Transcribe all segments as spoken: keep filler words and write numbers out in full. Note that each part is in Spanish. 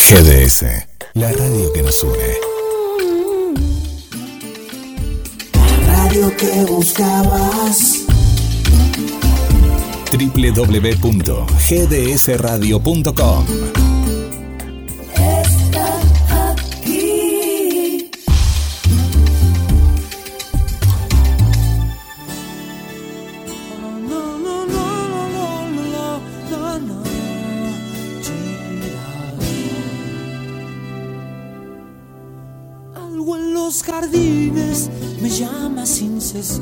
G D S, la radio que nos une. La radio que buscabas. doble u doble u doble u punto g d s radio punto com. Los jardines me llama sin cesar.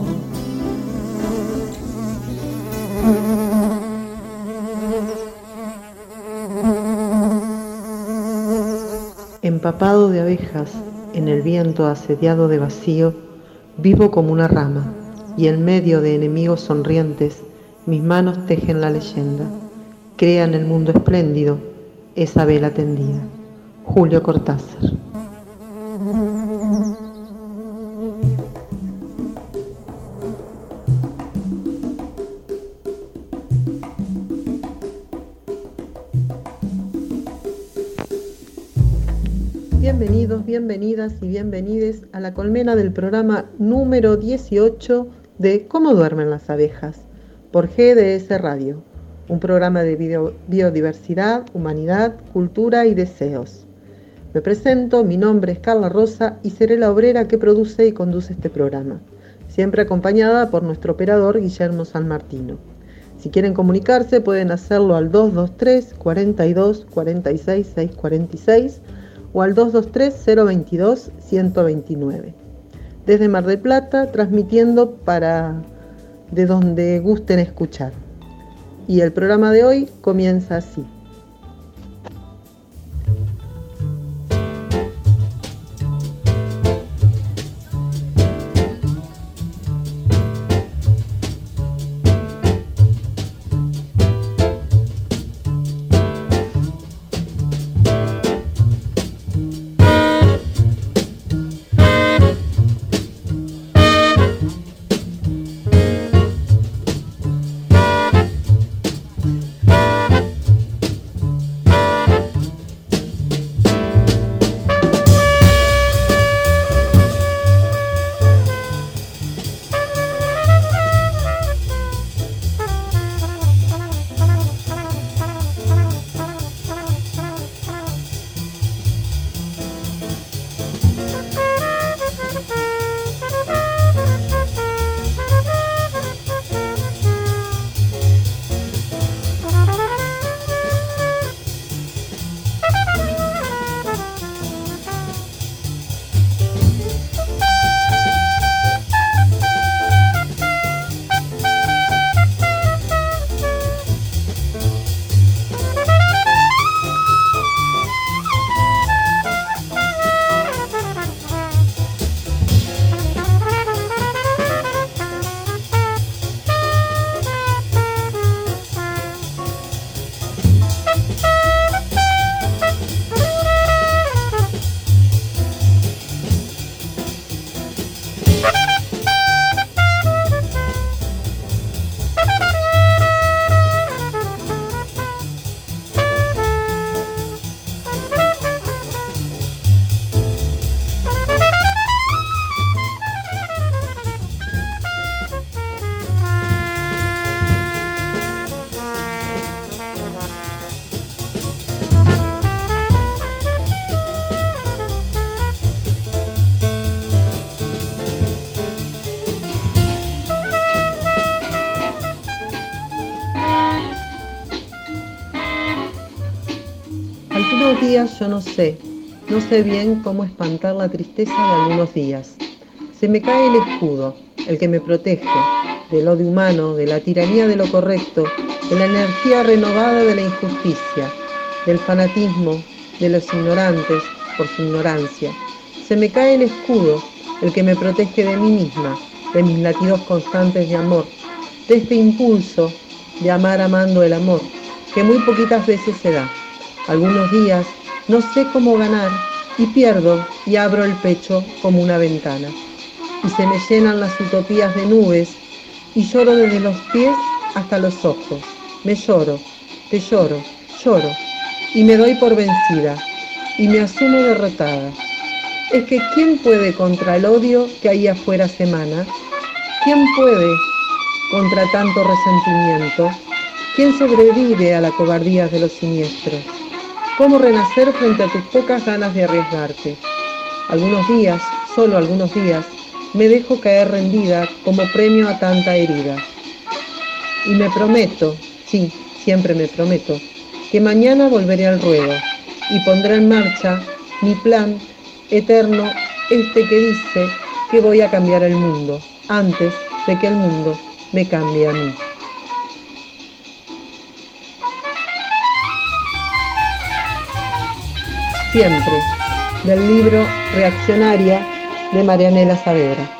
Empapado de abejas, en el viento asediado de vacío, vivo como una rama, y en medio de enemigos sonrientes, mis manos tejen la leyenda. Crean el mundo espléndido, esa vela tendida. Julio Cortázar. Bienvenidos, bienvenidas y bienvenides a la colmena del programa número dieciocho de Cómo duermen las abejas, por G D S Radio, un programa de bio- biodiversidad, humanidad, cultura y deseos. Me presento, mi nombre es Carla Rosa y seré la obrera que produce y conduce este programa, siempre acompañada por nuestro operador Guillermo San Martino. Si quieren comunicarse pueden hacerlo al dos dos tres, cuarenta y dos, cuarenta y seis, seiscientos cuarenta y seis o al dos dos tres, cero veintidós, ciento veintinueve. Desde Mar del Plata, transmitiendo para de donde gusten escuchar. Y el programa de hoy comienza así. Algunos días yo no sé, no sé bien cómo espantar la tristeza de algunos días. Se me cae el escudo, el que me protege, del odio humano, de la tiranía de lo correcto, de la energía renovada de la injusticia, del fanatismo, de los ignorantes por su ignorancia. Se me cae el escudo, el que me protege de mí misma, de mis latidos constantes de amor, de este impulso de amar amando el amor, que muy poquitas veces se da. Algunos días no sé cómo ganar y pierdo y abro el pecho como una ventana. Y se me llenan las utopías de nubes y lloro desde los pies hasta los ojos. Me lloro, te lloro, lloro. y me doy por vencida y me asumo derrotada. Es que ¿quién puede contra el odio que ahí afuera se emana? ¿Quién puede contra tanto resentimiento? ¿Quién sobrevive a la cobardía de los siniestros? ¿Cómo renacer frente a tus pocas ganas de arriesgarte? Algunos días, solo algunos días, me dejo caer rendida como premio a tanta herida. Y me prometo, sí, siempre me prometo, que mañana volveré al ruedo y pondré en marcha mi plan eterno, este que dice que voy a cambiar el mundo antes de que el mundo me cambie a mí. Siempre, del libro Reaccionaria de Marianela Saavedra.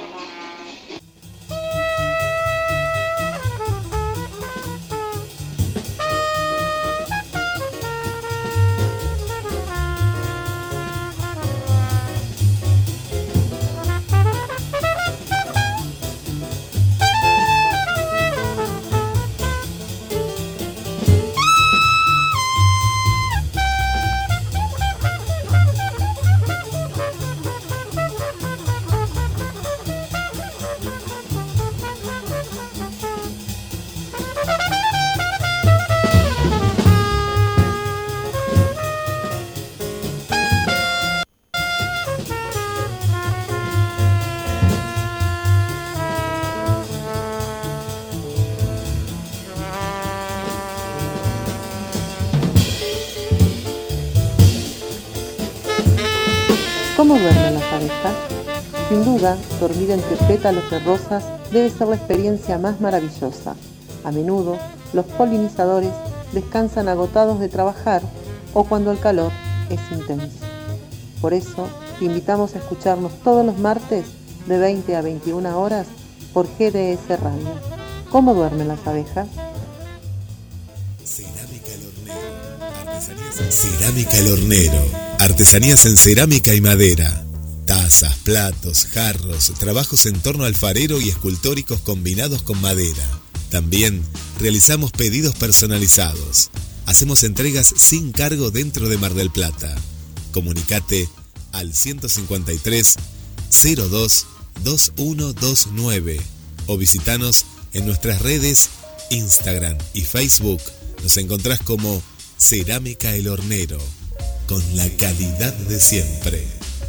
¿Cómo duermen las abejas? Sin duda, dormir entre pétalos de rosas debe ser la experiencia más maravillosa. A menudo, los polinizadores descansan agotados de trabajar o cuando el calor es intenso. Por eso, te invitamos a escucharnos todos los martes de veinte a veintiuna horas por G D S Radio. ¿Cómo duermen las abejas? Cerámica El Hornero. Artesanías en Cerámica El Hornero. Artesanías en cerámica y madera. Tazas, platos, jarros, trabajos en torno alfarero y escultóricos combinados con madera. También realizamos pedidos personalizados. Hacemos entregas sin cargo dentro de Mar del Plata. Comunicate al ciento cincuenta y tres, cero dos, veintiuno veintinueve o visitanos en nuestras redes Instagram y Facebook. Nos encontrás como Cerámica El Hornero, con la calidad de siempre.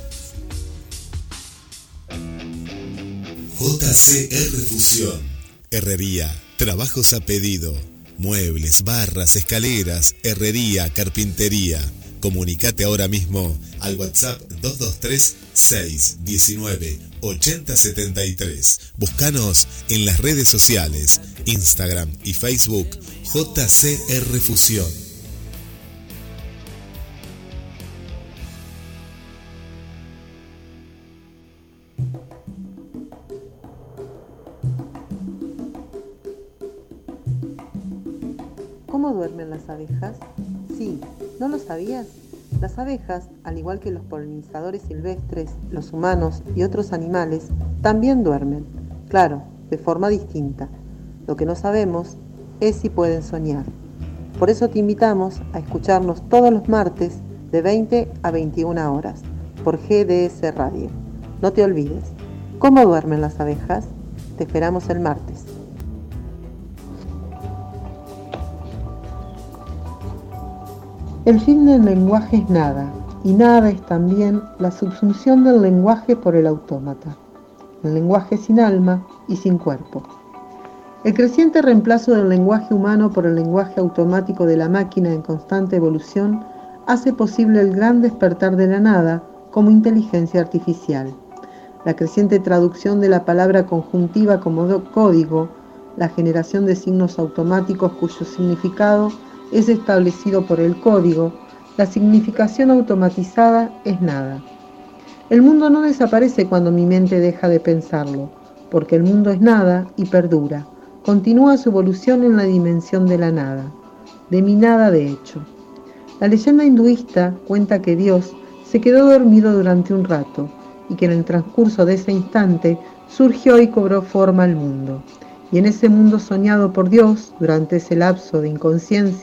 J C R Fusión. Herrería, trabajos a pedido, muebles, barras, escaleras, herrería, carpintería. Comunicate ahora mismo al WhatsApp dos dos tres, seis uno nueve, ocho cero siete tres. Búscanos en las redes sociales, Instagram y Facebook, J C R Fusión. ¿Cómo duermen las abejas? Sí, ¿no lo sabías? Las abejas, al igual que los polinizadores silvestres, los humanos y otros animales, también duermen, claro, de forma distinta. Lo que no sabemos es si pueden soñar. Por eso te invitamos a escucharnos todos los martes de veinte a veintiuna horas por G D S Radio. No te olvides, ¿cómo duermen las abejas? Te esperamos el martes. El fin del lenguaje es nada, y nada es también la subsunción del lenguaje por el autómata, el lenguaje sin alma y sin cuerpo. El creciente reemplazo del lenguaje humano por el lenguaje automático de la máquina en constante evolución hace posible el gran despertar de la nada como inteligencia artificial. La creciente traducción de la palabra conjuntiva como código, la generación de signos automáticos cuyo significado es establecido por el código, la significación automatizada es nada. El mundo no desaparece cuando mi mente deja de pensarlo, porque el mundo es nada y perdura. Continúa su evolución en la dimensión de la nada, de mi nada de hecho. La leyenda hinduista cuenta que Dios se quedó dormido durante un rato y que en el transcurso de ese instante surgió y cobró forma el mundo. Y en ese mundo soñado por Dios, durante ese lapso de inconsciencia,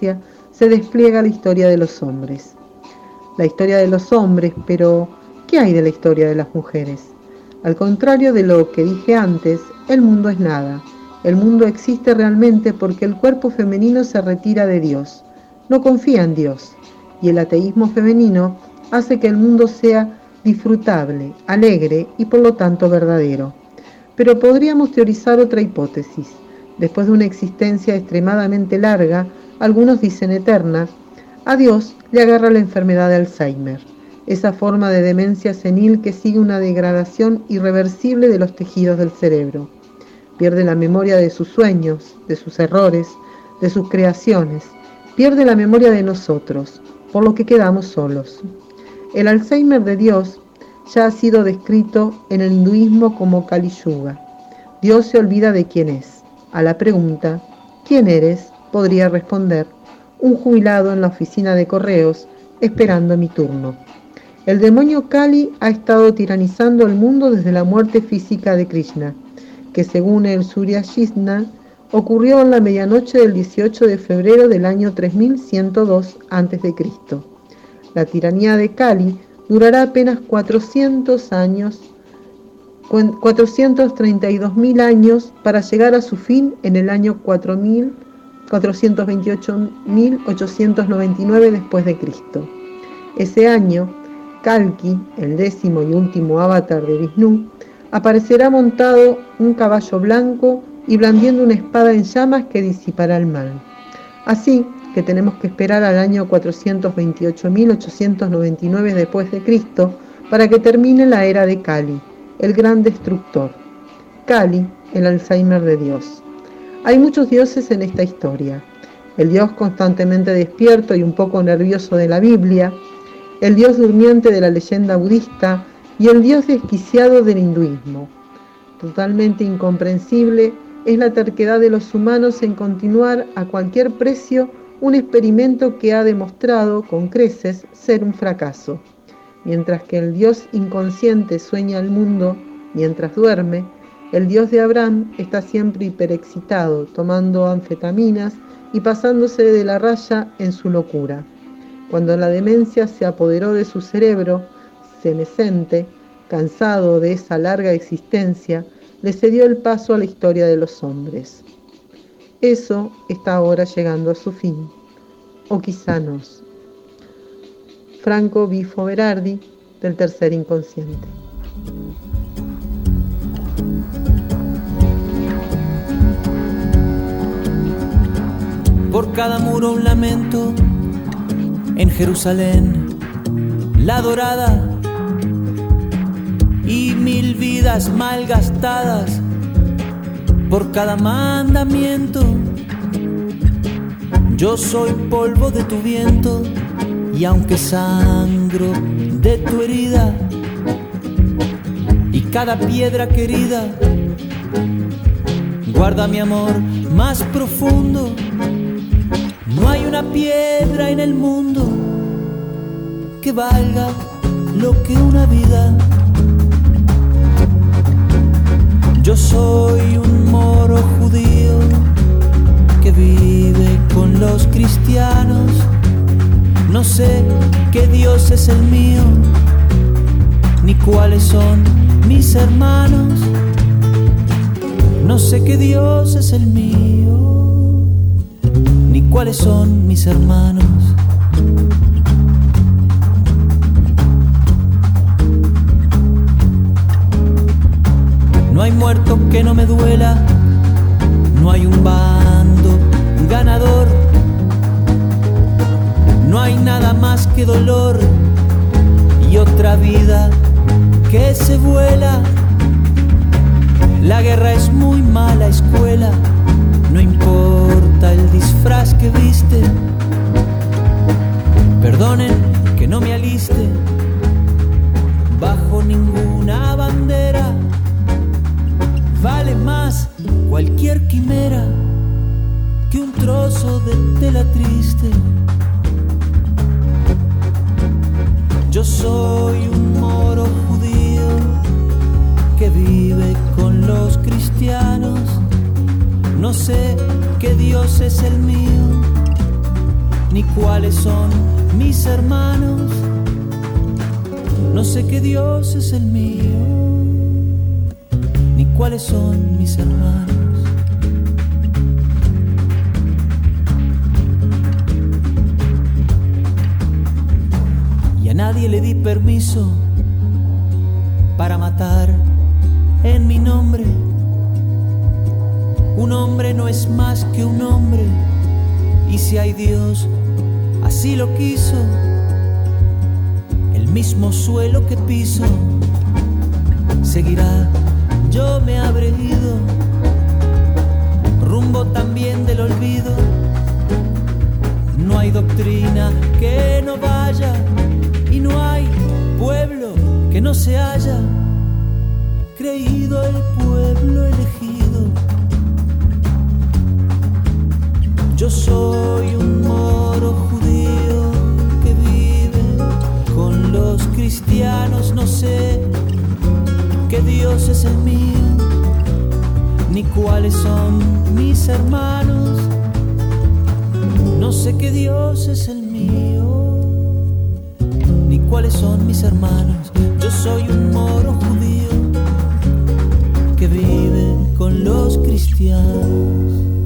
se despliega la historia de los hombres. La historia de los hombres, pero ¿qué hay de la historia de las mujeres? Al contrario de lo que dije antes, el mundo es nada. El mundo existe realmente porque el cuerpo femenino se retira de Dios, no confía en Dios, y el ateísmo femenino hace que el mundo sea disfrutable, alegre y por lo tanto verdadero. Pero podríamos teorizar otra hipótesis. Después de una existencia extremadamente larga, algunos dicen eterna, a Dios le agarra la enfermedad de Alzheimer, esa forma de demencia senil que sigue una degradación irreversible de los tejidos del cerebro. Pierde la memoria de sus sueños, de sus errores, de sus creaciones. Pierde la memoria de nosotros, por lo que quedamos solos. El Alzheimer de Dios ya ha sido descrito en el hinduismo como Kali Yuga. Dios se olvida de quién es. A la pregunta, ¿quién eres?, podría responder, un jubilado en la oficina de correos, esperando mi turno. El demonio Kali ha estado tiranizando el mundo desde la muerte física de Krishna, que según el Surya Shishna, ocurrió en la medianoche del dieciocho de febrero del año tres mil ciento dos antes de Cristo. La tiranía de Kali durará apenas cuatrocientos años, cuatrocientos treinta y dos mil años para llegar a su fin en el año cuatrocientos veintiocho mil ochocientos noventa y nueve después de Cristo. Ese año, Kalki, el décimo y último avatar de Vishnu, aparecerá montado un caballo blanco y blandiendo una espada en llamas que disipará el mal. Así que tenemos que esperar al año cuatrocientos veintiocho mil ochocientos noventa y nueve después de Cristo para que termine la era de Kali, el gran destructor. Kali, el Alzheimer de Dios. Hay muchos dioses en esta historia. El dios constantemente despierto y un poco nervioso de la Biblia, el dios durmiente de la leyenda budista y el dios desquiciado del hinduismo. Totalmente incomprensible es la terquedad de los humanos en continuar a cualquier precio un experimento que ha demostrado con creces ser un fracaso. Mientras que el dios inconsciente sueña el mundo mientras duerme, el dios de Abraham está siempre hiperexcitado, tomando anfetaminas y pasándose de la raya en su locura. Cuando la demencia se apoderó de su cerebro, senescente, cansado de esa larga existencia, le cedió el paso a la historia de los hombres. Eso está ahora llegando a su fin, o quizá no. Franco Bifo Berardi, del Tercer Inconsciente. Por cada muro un lamento, en Jerusalén, la dorada, y mil vidas malgastadas por cada mandamiento. Yo soy polvo de tu viento, y aunque sangro de tu herida, y cada piedra querida guarda mi amor más profundo. No hay una piedra en el mundo que valga lo que una vida. Yo soy un moro judío que vive con los cristianos. No sé qué Dios es el mío, ni cuáles son mis hermanos. No sé qué Dios es el mío, ni cuáles son mis hermanos. No hay muerto que no me duela, no hay un bando ganador, no hay nada más que dolor y otra vida que se vuela. La guerra es muy mala escuela, no importa el disfraz que viste. Perdonen que no me aliste bajo ninguna bandera. Vale más cualquier quimera que un trozo de tela triste. Yo soy un moro judío que vive con los cristianos. No sé qué Dios es el mío, ni cuáles son mis hermanos. No sé qué Dios es el mío, ni cuáles son mis hermanos. Y a nadie le di permiso para matar en mi nombre. Un hombre no es más que un hombre, y si hay Dios, así lo quiso. El mismo suelo que piso seguirá, yo me habré ido, rumbo también del olvido. No hay doctrina que no vaya, y no hay pueblo que no se haya creído el pueblo elegido. Yo soy un moro judío que vive con los cristianos. No sé qué Dios es el mío, ni cuáles son mis hermanos. No sé qué Dios es el mío, ni cuáles son mis hermanos. Yo soy un moro judío que vive con los cristianos.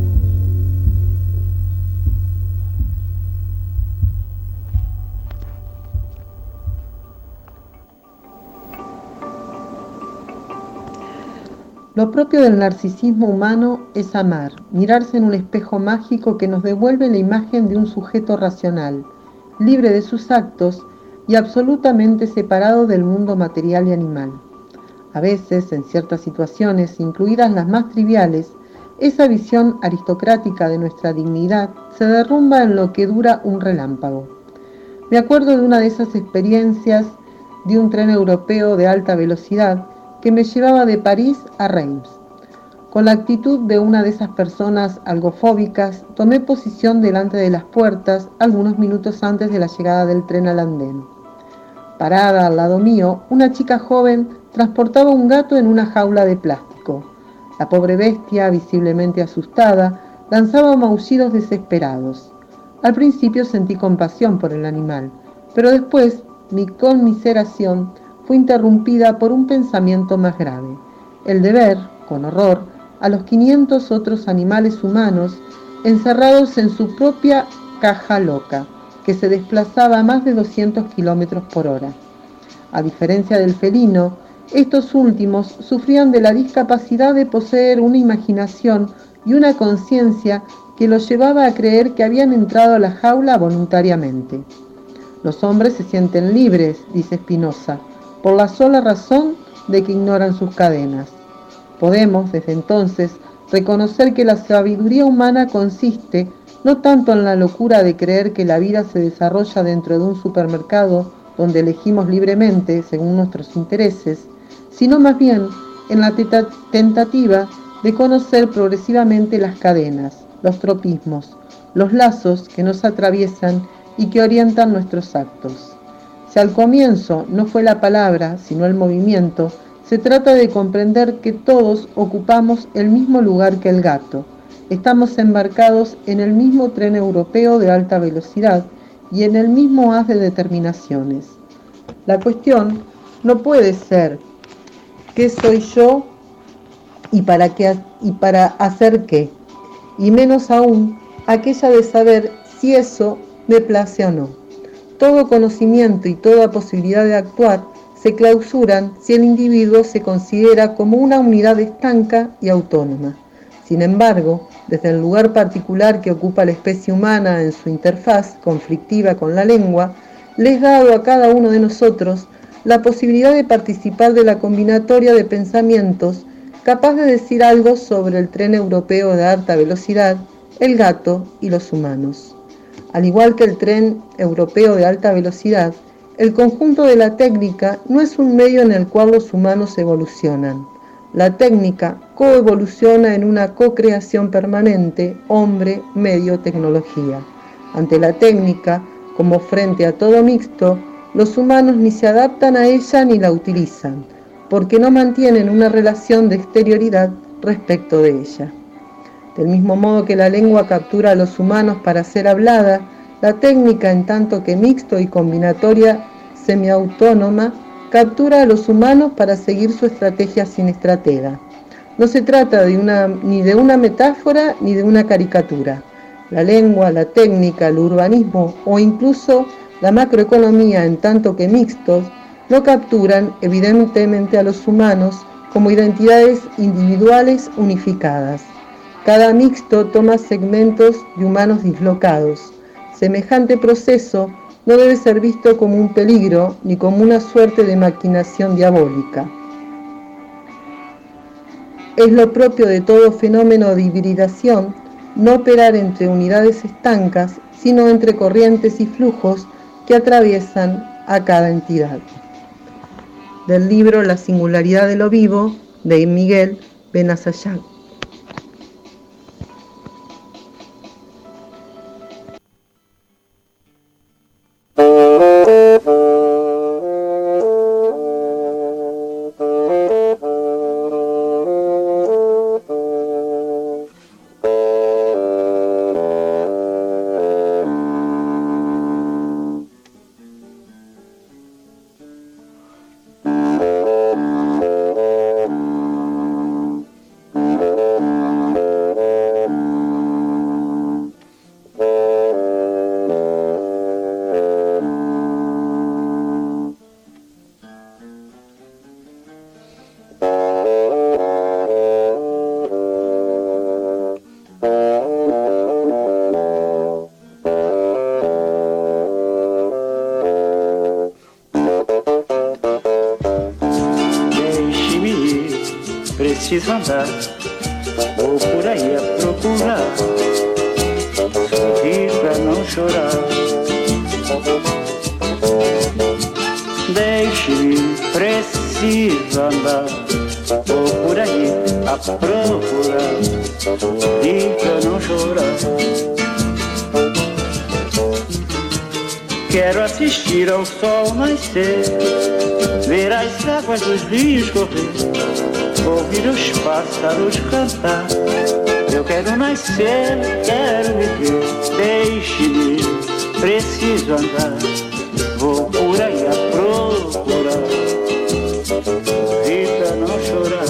Lo propio del narcisismo humano es amar, mirarse en un espejo mágico que nos devuelve la imagen de un sujeto racional, libre de sus actos y absolutamente separado del mundo material y animal. A veces, en ciertas situaciones, incluidas las más triviales, esa visión aristocrática de nuestra dignidad se derrumba en lo que dura un relámpago. Me acuerdo de una de esas experiencias de un tren europeo de alta velocidad que me llevaba de París a Reims. Con la actitud de una de esas personas algo fóbicas, tomé posición delante de las puertas algunos minutos antes de la llegada del tren al andén. Parada al lado mío, una chica joven transportaba un gato en una jaula de plástico. La pobre bestia, visiblemente asustada, lanzaba maullidos desesperados. Al principio sentí compasión por el animal, pero después mi conmiseración fue interrumpida por un pensamiento más grave, el de ver, con horror, a los quinientos otros animales humanos encerrados en su propia caja loca, que se desplazaba a más de doscientos kilómetros por hora. A diferencia del felino, estos últimos sufrían de la discapacidad de poseer una imaginación y una conciencia que los llevaba a creer que habían entrado a la jaula voluntariamente. Los hombres se sienten libres, dice Spinoza, por la sola razón de que ignoran sus cadenas. Podemos, desde entonces, reconocer que la sabiduría humana consiste no tanto en la locura de creer que la vida se desarrolla dentro de un supermercado donde elegimos libremente según nuestros intereses, sino más bien en la teta- tentativa de conocer progresivamente las cadenas, los tropismos, los lazos que nos atraviesan y que orientan nuestros actos. Si al comienzo no fue la palabra, sino el movimiento, se trata de comprender que todos ocupamos el mismo lugar que el gato. Estamos embarcados en el mismo tren europeo de alta velocidad y en el mismo haz de determinaciones. La cuestión no puede ser ¿qué soy yo y para qué y para hacer qué? Y menos aún aquella de saber si eso me place o no. Todo conocimiento y toda posibilidad de actuar se clausuran si el individuo se considera como una unidad estanca y autónoma. Sin embargo, desde el lugar particular que ocupa la especie humana en su interfaz conflictiva con la lengua, le es dado a cada uno de nosotros la posibilidad de participar de la combinatoria de pensamientos capaz de decir algo sobre el tren europeo de alta velocidad, el gato y los humanos. Al igual que el tren europeo de alta velocidad, el conjunto de la técnica no es un medio en el cual los humanos evolucionan. La técnica coevoluciona en una co-creación permanente, hombre, medio, tecnología. Ante la técnica, como frente a todo mixto, los humanos ni se adaptan a ella ni la utilizan, porque no mantienen una relación de exterioridad respecto de ella. Del mismo modo que la lengua captura a los humanos para ser hablada, La técnica, en tanto que mixto y combinatoria semiautónoma, captura a los humanos para seguir su estrategia sin estratega. No se trata de una, ni de una metáfora ni de una caricatura. La lengua, la técnica, el urbanismo o incluso la macroeconomía, en tanto que mixtos, no capturan evidentemente a los humanos como identidades individuales unificadas. Cada mixto toma segmentos de humanos dislocados. Semejante proceso no debe ser visto como un peligro ni como una suerte de maquinación diabólica. Es lo propio de todo fenómeno de hibridación no operar entre unidades estancas, sino entre corrientes y flujos que atraviesan a cada entidad. Del libro La singularidad de lo vivo, de Miguel Benassayag. Preciso andar, vou por aí a procurar, sorrir pra não chorar. Deixe-me, preciso andar, vou por aí a procurar, sorrir pra não chorar. Quero assistir ao sol nascer, ver as águas dos rios correr, ouvir os pássaros cantar. Eu quero nascer, quero viver. Deixe-me, preciso andar, vou por aí a procurar, sorrir pra não chorar.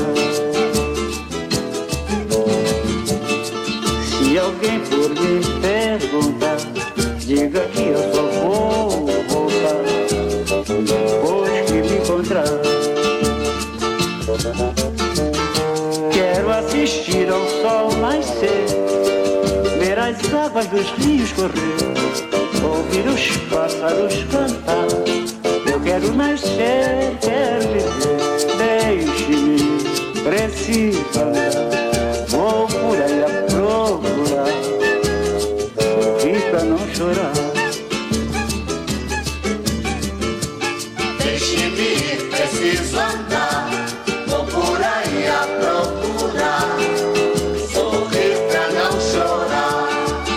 Se alguém por me perguntar, diga que eu só vou voltar depois que me encontrar. Quero assistir ao sol nascer, ver as águas dos rios correr, ouvir os pássaros cantar. Eu quero nascer, quero viver. Deixe-me, preciso andar, vou por aí a procurar, sorrir pra não chorar. Deixe-me, preciso andar, vou por aí a procurar, sorrir pra não chorar.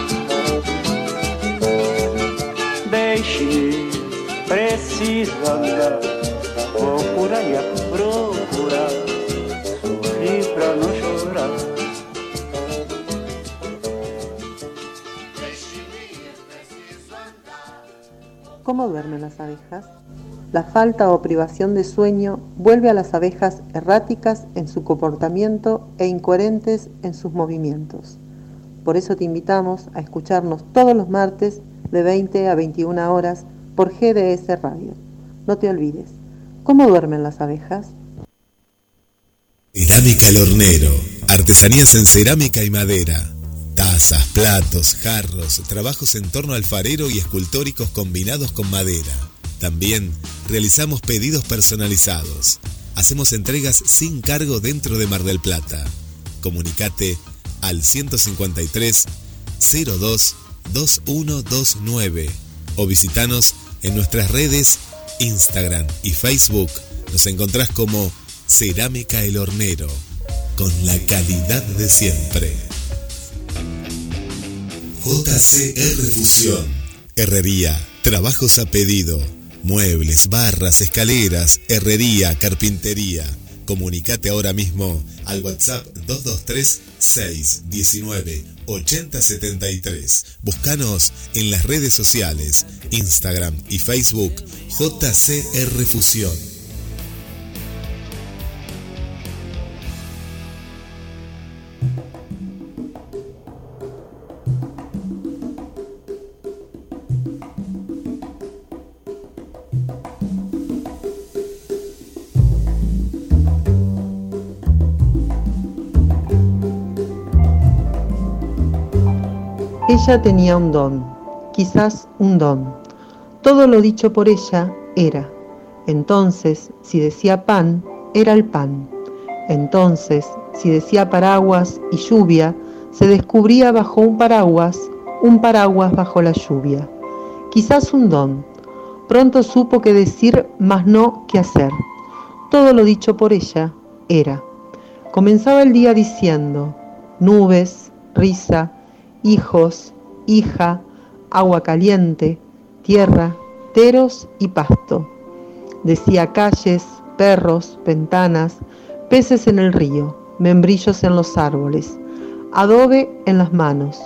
Deixe-me, preciso andar, vou por aí a procurar, sorrir pra não chorar. Deixe-me, preciso andar. ¿Cómo duermen las abejas? La falta o privación de sueño vuelve a las abejas erráticas en su comportamiento e incoherentes en sus movimientos. Por eso te invitamos a escucharnos todos los martes de veinte a veintiuna horas por G D S Radio. No te olvides, ¿cómo duermen las abejas? Cerámica El Hornero, artesanías en cerámica y madera, tazas, platos, jarros, trabajos en torno alfarero y escultóricos combinados con madera. También realizamos pedidos personalizados. Hacemos entregas sin cargo dentro de Mar del Plata. Comunicate al ciento cincuenta y tres, cero dos, veintiuno veintinueve o visitanos en nuestras redes Instagram y Facebook. Nos encontrás como Cerámica El Hornero, con la calidad de siempre. J C R Fusión, herrería, trabajos a pedido, muebles, barras, escaleras, herrería, carpintería, Comunicate ahora mismo al WhatsApp dos dos tres, seis uno nueve, ocho cero siete tres. Búscanos en las redes sociales, Instagram y Facebook, J C R Fusión. Ella tenía un don, quizás un don. Todo lo dicho por ella era. Entonces, si decía pan, era el pan. Entonces, si decía paraguas y lluvia, se descubría bajo un paraguas, un paraguas bajo la lluvia. Quizás un don. Pronto supo qué decir, mas no qué hacer. Todo lo dicho por ella era. Comenzaba el día diciendo: nubes, risa, hijos, hija, agua caliente, tierra, teros y pasto. Decía calles, perros, ventanas, peces en el río, membrillos en los árboles, adobe en las manos,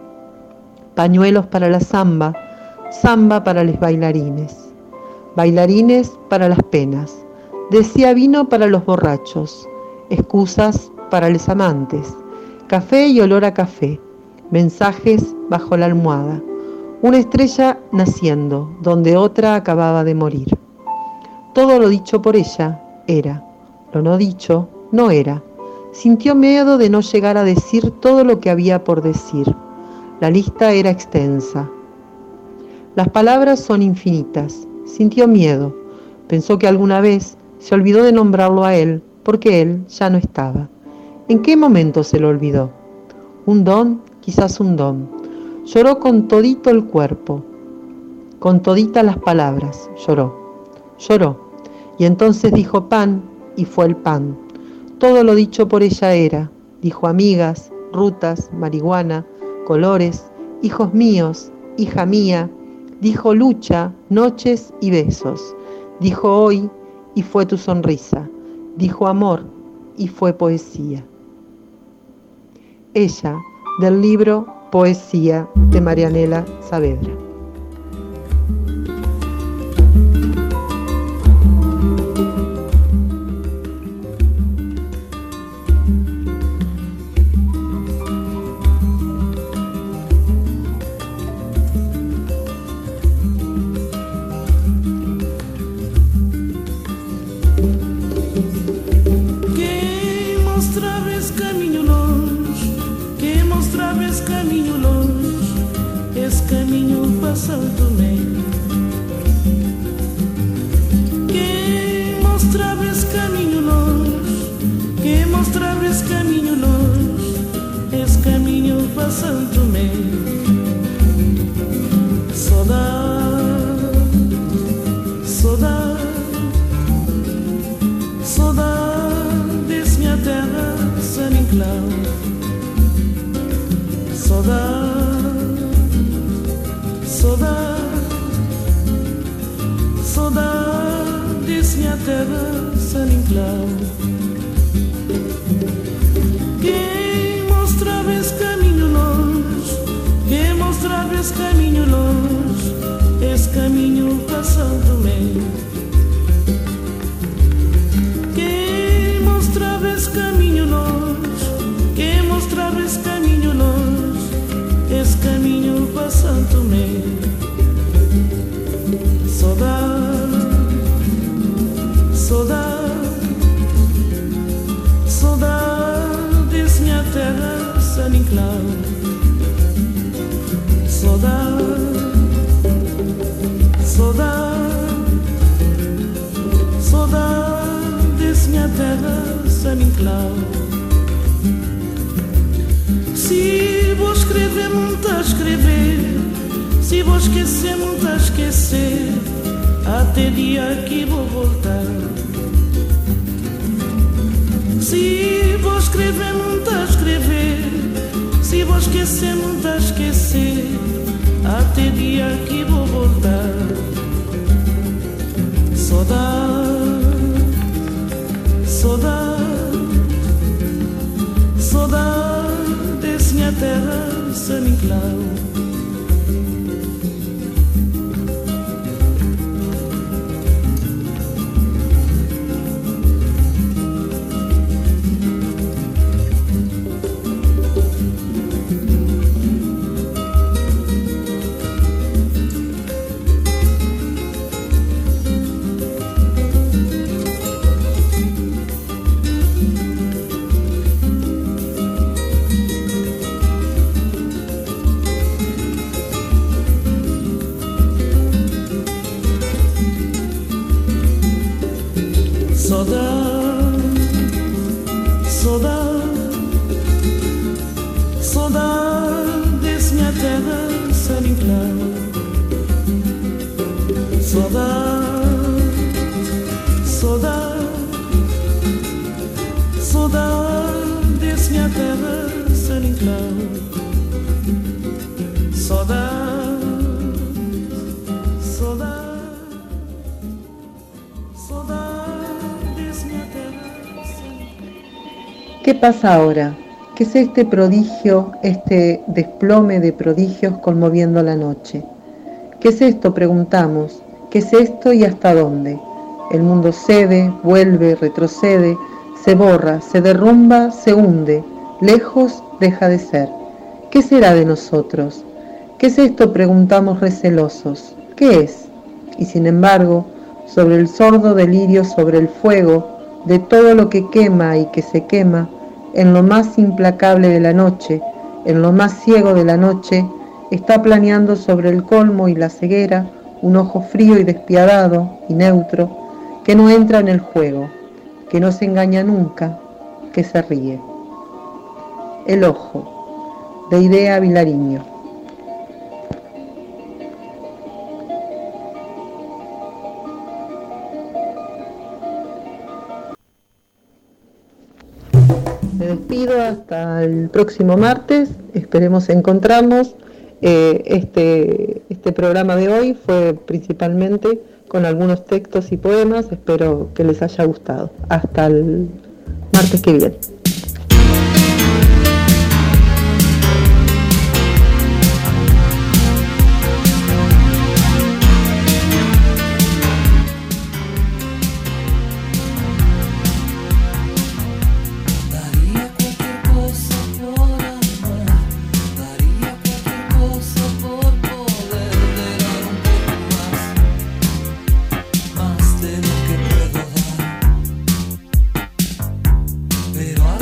pañuelos para la samba, samba para los bailarines, bailarines para las penas. Decía vino para los borrachos, excusas para los amantes, café y olor a café, mensajes bajo la almohada, una estrella naciendo donde otra acababa de morir. Todo lo dicho por ella era, lo no dicho no era. Sintió miedo de no llegar a decir todo lo que había por decir. La lista era extensa. Las palabras son infinitas. Sintió miedo. Pensó que alguna vez se olvidó de nombrarlo a él porque él ya no estaba. ¿En qué momento se lo olvidó? Un don, quizás un don. Lloró con todito el cuerpo, con toditas las palabras, lloró, lloró. Y entonces dijo pan, y fue el pan. Todo lo dicho por ella era, dijo amigas, rutas, marihuana, colores, hijos míos, hija mía, dijo lucha, noches y besos, dijo hoy, y fue tu sonrisa, dijo amor, y fue poesía. Ella, del libro Poesía de Marianela Saavedra. Saudade, saudade San Inclau. ¿Qué pasa ahora? ¿Qué es este prodigio, este desplome de prodigios conmoviendo la noche? ¿Qué es esto? Preguntamos. ¿Qué es esto y hasta dónde? El mundo cede, vuelve, retrocede, se borra, se derrumba, se hunde, lejos deja de ser. ¿Qué será de nosotros? ¿Qué es esto? Preguntamos recelosos. ¿Qué es? Y sin embargo, sobre el sordo delirio, sobre el fuego, de todo lo que quema y que se quema, en lo más implacable de la noche, en lo más ciego de la noche, está planeando sobre el colmo y la ceguera un ojo frío y despiadado y neutro, que no entra en el juego, que no se engaña nunca, que se ríe. El ojo, de Idea Vilariño. Me despido hasta el próximo martes, esperemos encontrarnos. Eh, este, este programa de hoy fue principalmente con algunos textos y poemas, espero que les haya gustado. Hasta el martes que viene. Pero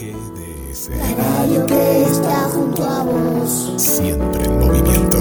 G D S. La radio que está junto a vos. Siempre en movimiento.